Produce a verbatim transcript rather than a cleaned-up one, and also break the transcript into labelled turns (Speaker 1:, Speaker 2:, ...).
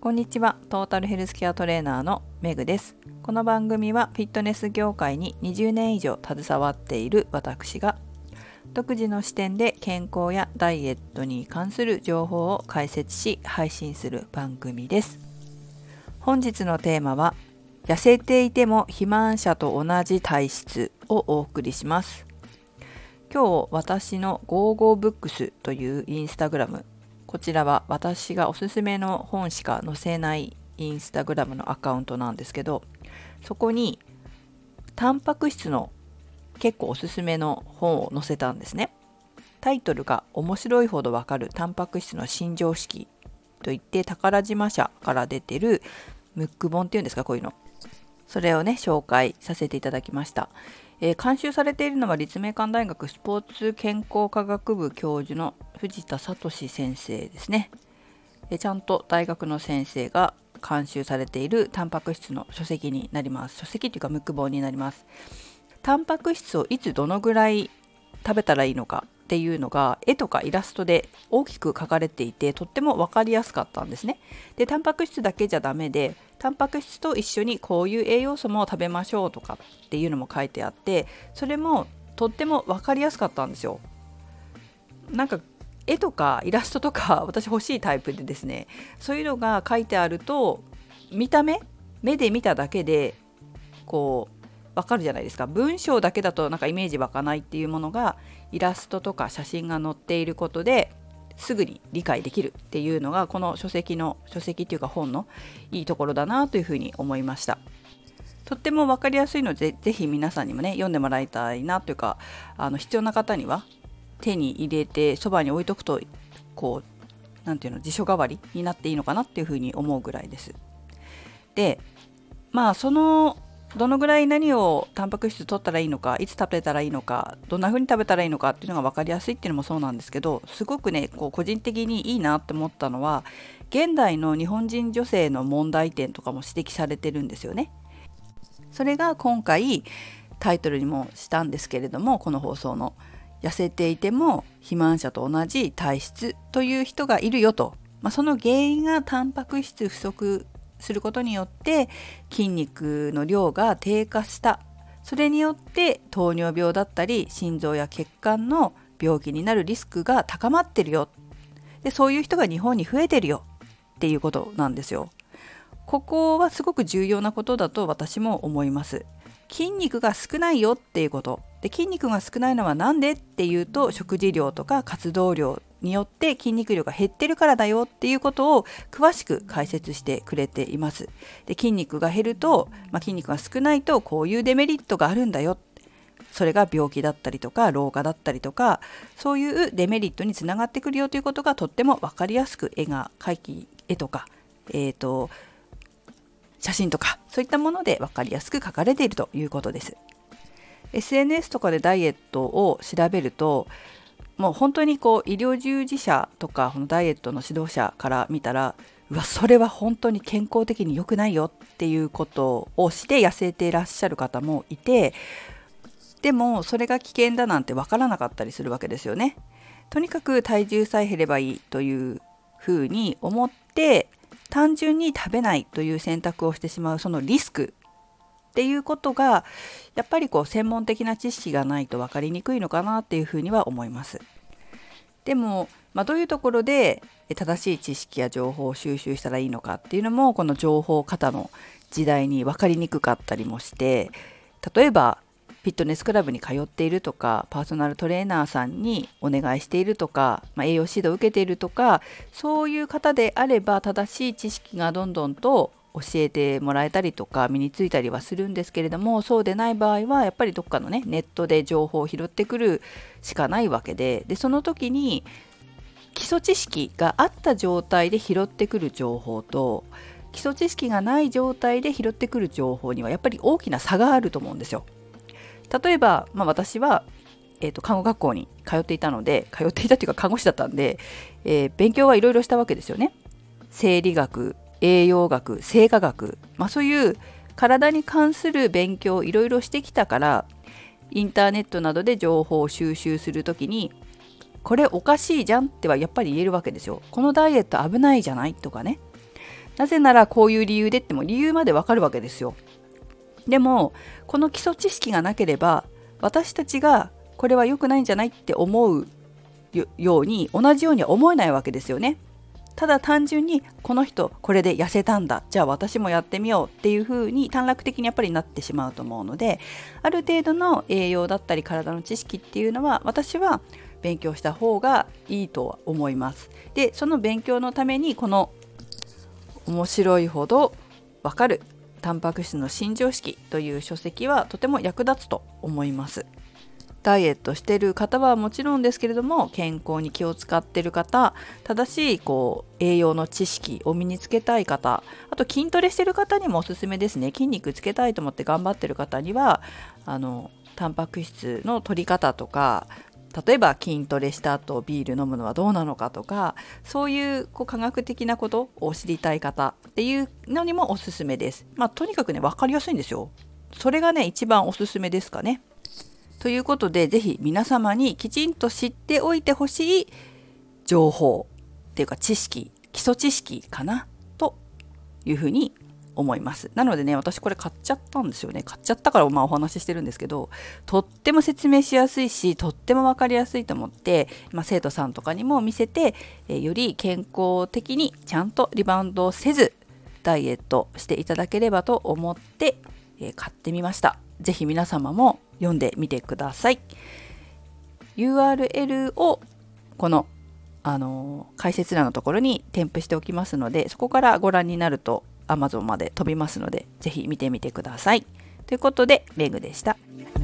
Speaker 1: こんにちは。トータルヘルスケアトレーナーのメグです。この番組はフィットネス業界ににじゅうねん以上携わっている私が独自の視点で健康やダイエットに関する情報を解説し配信する番組です。本日のテーマは痩せていても肥満者と同じ体質をお送りします。今日私のゴーゴーブックスというインスタグラム、こちらは私がおすすめの本しか載せないインスタグラムのアカウントなんですけど、そこにタンパク質の結構おすすめの本を載せたんですね。タイトルが面白いほどわかるタンパク質の新常識といって、宝島社から出てるムック本っていうんですか、こういうの。それをね紹介させていただきました。えー、監修されているのは立命館大学スポーツ健康科学部教授の藤田聡先生ですね。えー、ちゃんと大学の先生が監修されているタンパク質の書籍になります。書籍というかムック本になります。タンパク質をいつどのぐらい食べたらいいのかっていうのが絵とかイラストで大きく書かれていて、とっても分かりやすかったんですね。で、タンパク質だけじゃダメで、タンパク質と一緒にこういう栄養素も食べましょうとかっていうのも書いてあって、それもとっても分かりやすかったんですよ。なんか絵とかイラストとか私欲しいタイプでですね、そういうのが書いてあると見た目目で見ただけでこうわかるじゃないですか。文章だけだとなんかイメージ湧かないっていうものがイラストとか写真が載っていることですぐに理解できるっていうのが、この書籍の書籍っていうか本のいいところだなというふうに思いました。とっても分かりやすいので、ぜひ皆さんにもね読んでもらいたいなというか、あの必要な方には手に入れてそばに置いとくと、こうなんていうの辞書代わりになっていいのかなっていうふうに思うぐらいです。で、まあそのどのぐらい何をタンパク質取ったらいいのか、いつ食べたらいいのか、どんな風に食べたらいいのかっていうのが分かりやすいっていうのもそうなんですけど、すごくねこう個人的にいいなって思ったのは、現代の日本人女性の問題点とかも指摘されてるんですよね。それが今回タイトルにもしたんですけれども、この放送の痩せていても肥満者と同じ体質という人がいるよと、まあ、その原因がタンパク質不足することによって筋肉の量が低下した。それによって糖尿病だったり心臓や血管の病気になるリスクが高まってるよ。で、そういう人が日本に増えてるよっていうことなんですよ。ここはすごく重要なことだと私も思います。筋肉が少ないよっていうことで、筋肉が少ないのはなんでっていうと、食事量とか活動量によって筋肉量が減ってるからだよっていうことを詳しく解説してくれています。で、筋肉が減ると、まあ、筋肉が少ないとこういうデメリットがあるんだよ。それが病気だったりとか老化だったりとか、そういうデメリットにつながってくるよということがとっても分かりやすく絵が描き絵とか、えーと写真とかそういったもので分かりやすく書かれているということです。 エスエヌエス とかでダイエットを調べると、もう本当にこう医療従事者とかこのダイエットの指導者から見たら、うわそれは本当に健康的に良くないよっていうことをして痩せていらっしゃる方もいて、でもそれが危険だなんて分からなかったりするわけですよね。とにかく体重さえ減ればいいというふうに思って単純に食べないという選択をしてしまう、そのリスクっていうことがやっぱりこう専門的な知識がないと分かりにくいのかなっていうふうには思います。でも、まあ、どういうところで正しい知識や情報を収集したらいいのかっていうのも、この情報過多の時代に分かりにくかったりもして、例えばフィットネスクラブに通っているとか、パーソナルトレーナーさんにお願いしているとか、まあ、栄養指導を受けているとか、そういう方であれば正しい知識がどんどんと教えてもらえたりとか身についたりはするんですけれども、そうでない場合はやっぱりどっかのねネットで情報を拾ってくるしかないわけで、でその時に基礎知識があった状態で拾ってくる情報と、基礎知識がない状態で拾ってくる情報にはやっぱり大きな差があると思うんですよ。例えば、まあ、私は、えーと、看護学校に通っていたので、通っていたというか看護師だったんで、えー、勉強はいろいろしたわけですよね。生理学、栄養学、生化学、まあ、そういう体に関する勉強をいろいろしてきたから、インターネットなどで情報を収集するときに、これおかしいじゃんってはやっぱり言えるわけですよ。このダイエット危ないじゃないとかね。 なぜならこういう理由でっても理由までわかるわけですよ。でもこの基礎知識がなければ私たちがこれは良くないんじゃないって思うように同じようには思えないわけですよね。ただ単純にこの人これで痩せたんだ、じゃあ私もやってみようっていう風に短絡的にやっぱりなってしまうと思うので、ある程度の栄養だったり体の知識っていうのは私は勉強した方がいいとは思います。でその勉強のためにこの面白いほどわかるタンパク質の新常識という書籍はとても役立つと思います。ダイエットしてる方はもちろんですけれども、健康に気を使ってる方、正しいこう栄養の知識を身につけたい方、あと筋トレしてる方にもおすすめですね。筋肉つけたいと思って頑張ってる方にはあのタンパク質の取り方とか、例えば筋トレした後ビール飲むのはどうなのかとか、そういう、こう科学的なことを知りたい方っていうのにもおすすめです。まあとにかくね、分かりやすいんですよ。それがね一番おすすめですかね。ということで、ぜひ皆様にきちんと知っておいてほしい情報っていうか知識、基礎知識かなというふうに思います。なのでね、私これ買っちゃったんですよね。買っちゃったからまあお話ししてるんですけど、とっても説明しやすいし、とっても分かりやすいと思って、まあ、生徒さんとかにも見せて、えー、より健康的にちゃんとリバウンドせずダイエットしていただければと思って、えー、買ってみました。ぜひ皆様も読んでみてください。 ユーアールエル をこの、あのー、解説欄のところに添付しておきますので、そこからご覧になると Amazon まで飛びますので、ぜひ見てみてください。ということで、メグでした。